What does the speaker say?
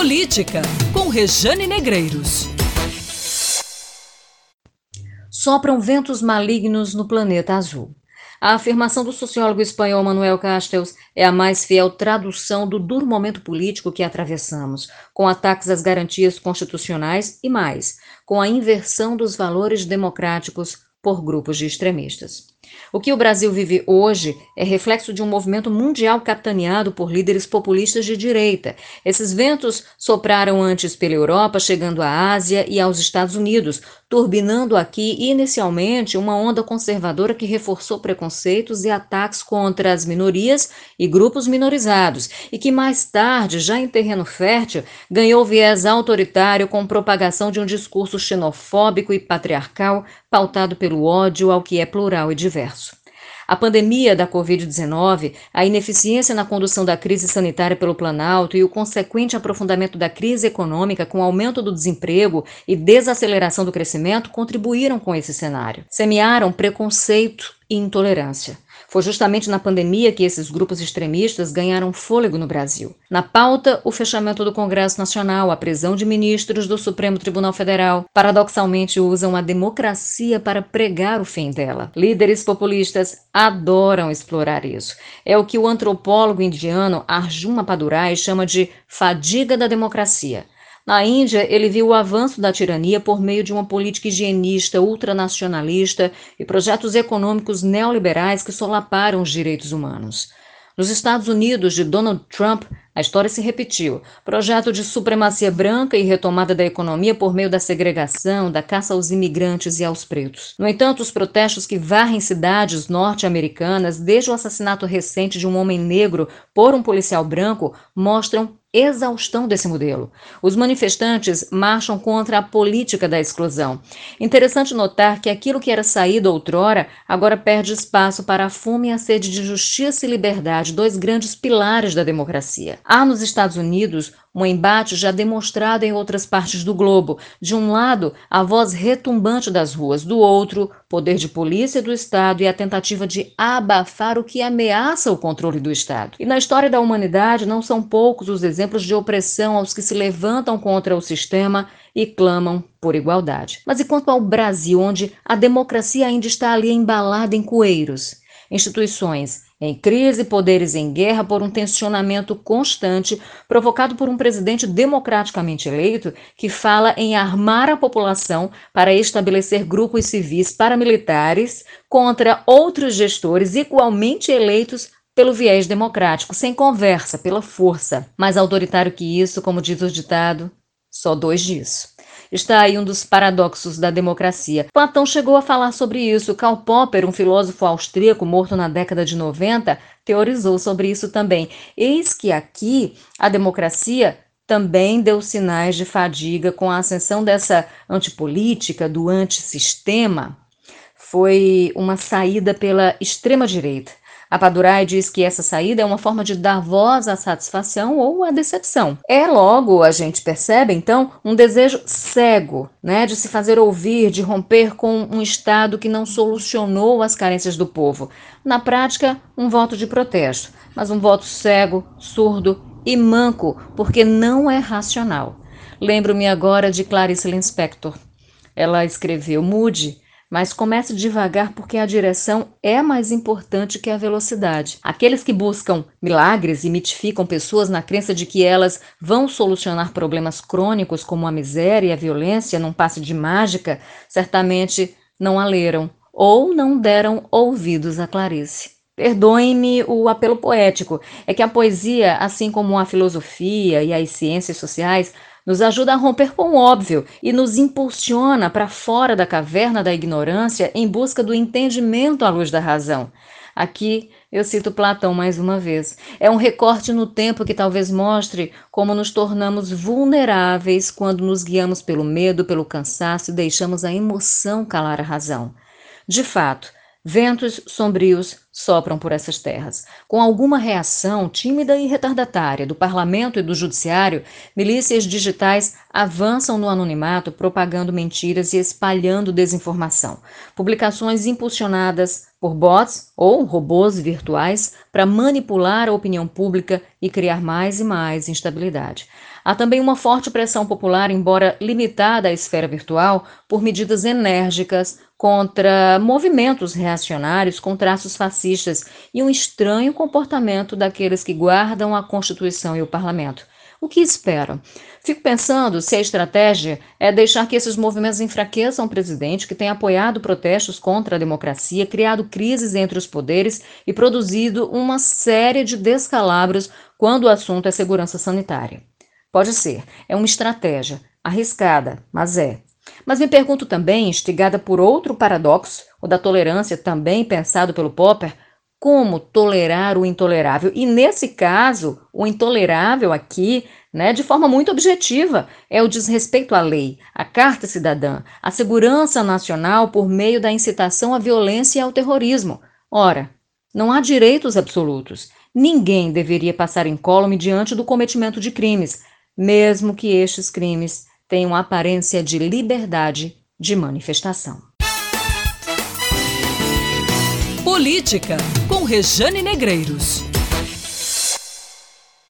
Política, com Rejane Negreiros. Sopram ventos malignos no planeta azul. A afirmação do sociólogo espanhol Manuel Castells é a mais fiel tradução do duro momento político que atravessamos, com ataques às garantias constitucionais e mais, com a inversão dos valores democráticos por grupos de extremistas. O que o Brasil vive hoje é reflexo de um movimento mundial capitaneado por líderes populistas de direita. Esses ventos sopraram antes pela Europa, chegando à Ásia e aos Estados Unidos, turbinando aqui inicialmente uma onda conservadora que reforçou preconceitos e ataques contra as minorias e grupos minorizados, e que mais tarde, já em terreno fértil, ganhou viés autoritário com propagação de um discurso xenofóbico e patriarcal pautado pelo ódio ao que é plural e diverso. A pandemia da Covid-19, a ineficiência na condução da crise sanitária pelo Planalto e o consequente aprofundamento da crise econômica com aumento do desemprego e desaceleração do crescimento contribuíram com esse cenário. Semearam preconceito e intolerância. Foi justamente na pandemia que esses grupos extremistas ganharam fôlego no Brasil. Na pauta, o fechamento do Congresso Nacional, a prisão de ministros do Supremo Tribunal Federal, paradoxalmente usam a democracia para pregar o fim dela. Líderes populistas adoram explorar isso. É o que o antropólogo indiano Arjuna Padurai chama de fadiga da democracia. Na Índia, ele viu o avanço da tirania por meio de uma política higienista, ultranacionalista e projetos econômicos neoliberais que solaparam os direitos humanos. Nos Estados Unidos de Donald Trump, a história se repetiu. Projeto de supremacia branca e retomada da economia por meio da segregação, da caça aos imigrantes e aos pretos. No entanto, os protestos que varrem cidades norte-americanas, desde o assassinato recente de um homem negro por um policial branco, mostram exaustão desse modelo. Os manifestantes marcham contra a política da exclusão. Interessante notar que aquilo que era saído outrora agora perde espaço para a fome e a sede de justiça e liberdade, dois grandes pilares da democracia. Há nos Estados Unidos um embate já demonstrado em outras partes do globo. De um lado, a voz retumbante das ruas, do outro, poder de polícia do Estado e a tentativa de abafar o que ameaça o controle do Estado. E na história da humanidade não são poucos os exemplos de opressão aos que se levantam contra o sistema e clamam por igualdade. Mas e quanto ao Brasil, onde a democracia ainda está ali embalada em cueiros? Instituições em crise, poderes em guerra por um tensionamento constante provocado por um presidente democraticamente eleito que fala em armar a população para estabelecer grupos civis paramilitares contra outros gestores igualmente eleitos pelo viés democrático, sem conversa, pela força. Mais autoritário que isso, como diz o ditado, só dois dias. Está aí um dos paradoxos da democracia. Platão chegou a falar sobre isso. Karl Popper, um filósofo austríaco morto na década de 90, teorizou sobre isso também. Eis que aqui a democracia também deu sinais de fadiga com a ascensão dessa antipolítica, do antissistema. Foi uma saída pela extrema-direita. A Padurai diz que essa saída é uma forma de dar voz à satisfação ou à decepção. Logo, a gente percebe, então, um desejo cego, de se fazer ouvir, de romper com um Estado que não solucionou as carências do povo. Na prática, um voto de protesto, mas um voto cego, surdo e manco, porque não é racional. Lembro-me agora de Clarice Lispector. Ela escreveu: mude, mas comece devagar porque a direção é mais importante que a velocidade. Aqueles que buscam milagres e mitificam pessoas na crença de que elas vão solucionar problemas crônicos como a miséria e a violência num passe de mágica, certamente não a leram ou não deram ouvidos a Clarice. Perdoem-me o apelo poético, é que a poesia, assim como a filosofia e as ciências sociais, nos ajuda a romper com o óbvio e nos impulsiona para fora da caverna da ignorância em busca do entendimento à luz da razão. Aqui eu cito Platão mais uma vez. É um recorte no tempo que talvez mostre como nos tornamos vulneráveis quando nos guiamos pelo medo, pelo cansaço e deixamos a emoção calar a razão. De fato, ventos sombrios sopram por essas terras. Com alguma reação tímida e retardatária do parlamento e do judiciário, milícias digitais avançam no anonimato, propagando mentiras e espalhando desinformação. Publicações impulsionadas por bots ou robôs virtuais para manipular a opinião pública e criar mais e mais instabilidade. Há também uma forte pressão popular, embora limitada à esfera virtual, por medidas enérgicas contra movimentos reacionários com traços fascistas e um estranho comportamento daqueles que guardam a Constituição e o Parlamento. O que esperam? Fico pensando se a estratégia é deixar que esses movimentos enfraqueçam o presidente, que tem apoiado protestos contra a democracia, criado crises entre os poderes e produzido uma série de descalabros quando o assunto é segurança sanitária. Pode ser, é uma estratégia, arriscada, mas é. Mas me pergunto também, instigada por outro paradoxo, o da tolerância, também pensado pelo Popper, como tolerar o intolerável? E nesse caso, o intolerável aqui, de forma muito objetiva, é o desrespeito à lei, à Carta Cidadã, à segurança nacional por meio da incitação à violência e ao terrorismo. Ora, não há direitos absolutos. Ninguém deveria passar incólume diante do cometimento de crimes, mesmo que estes crimes tenham aparência de liberdade de manifestação. Política, com Rejane Negreiros.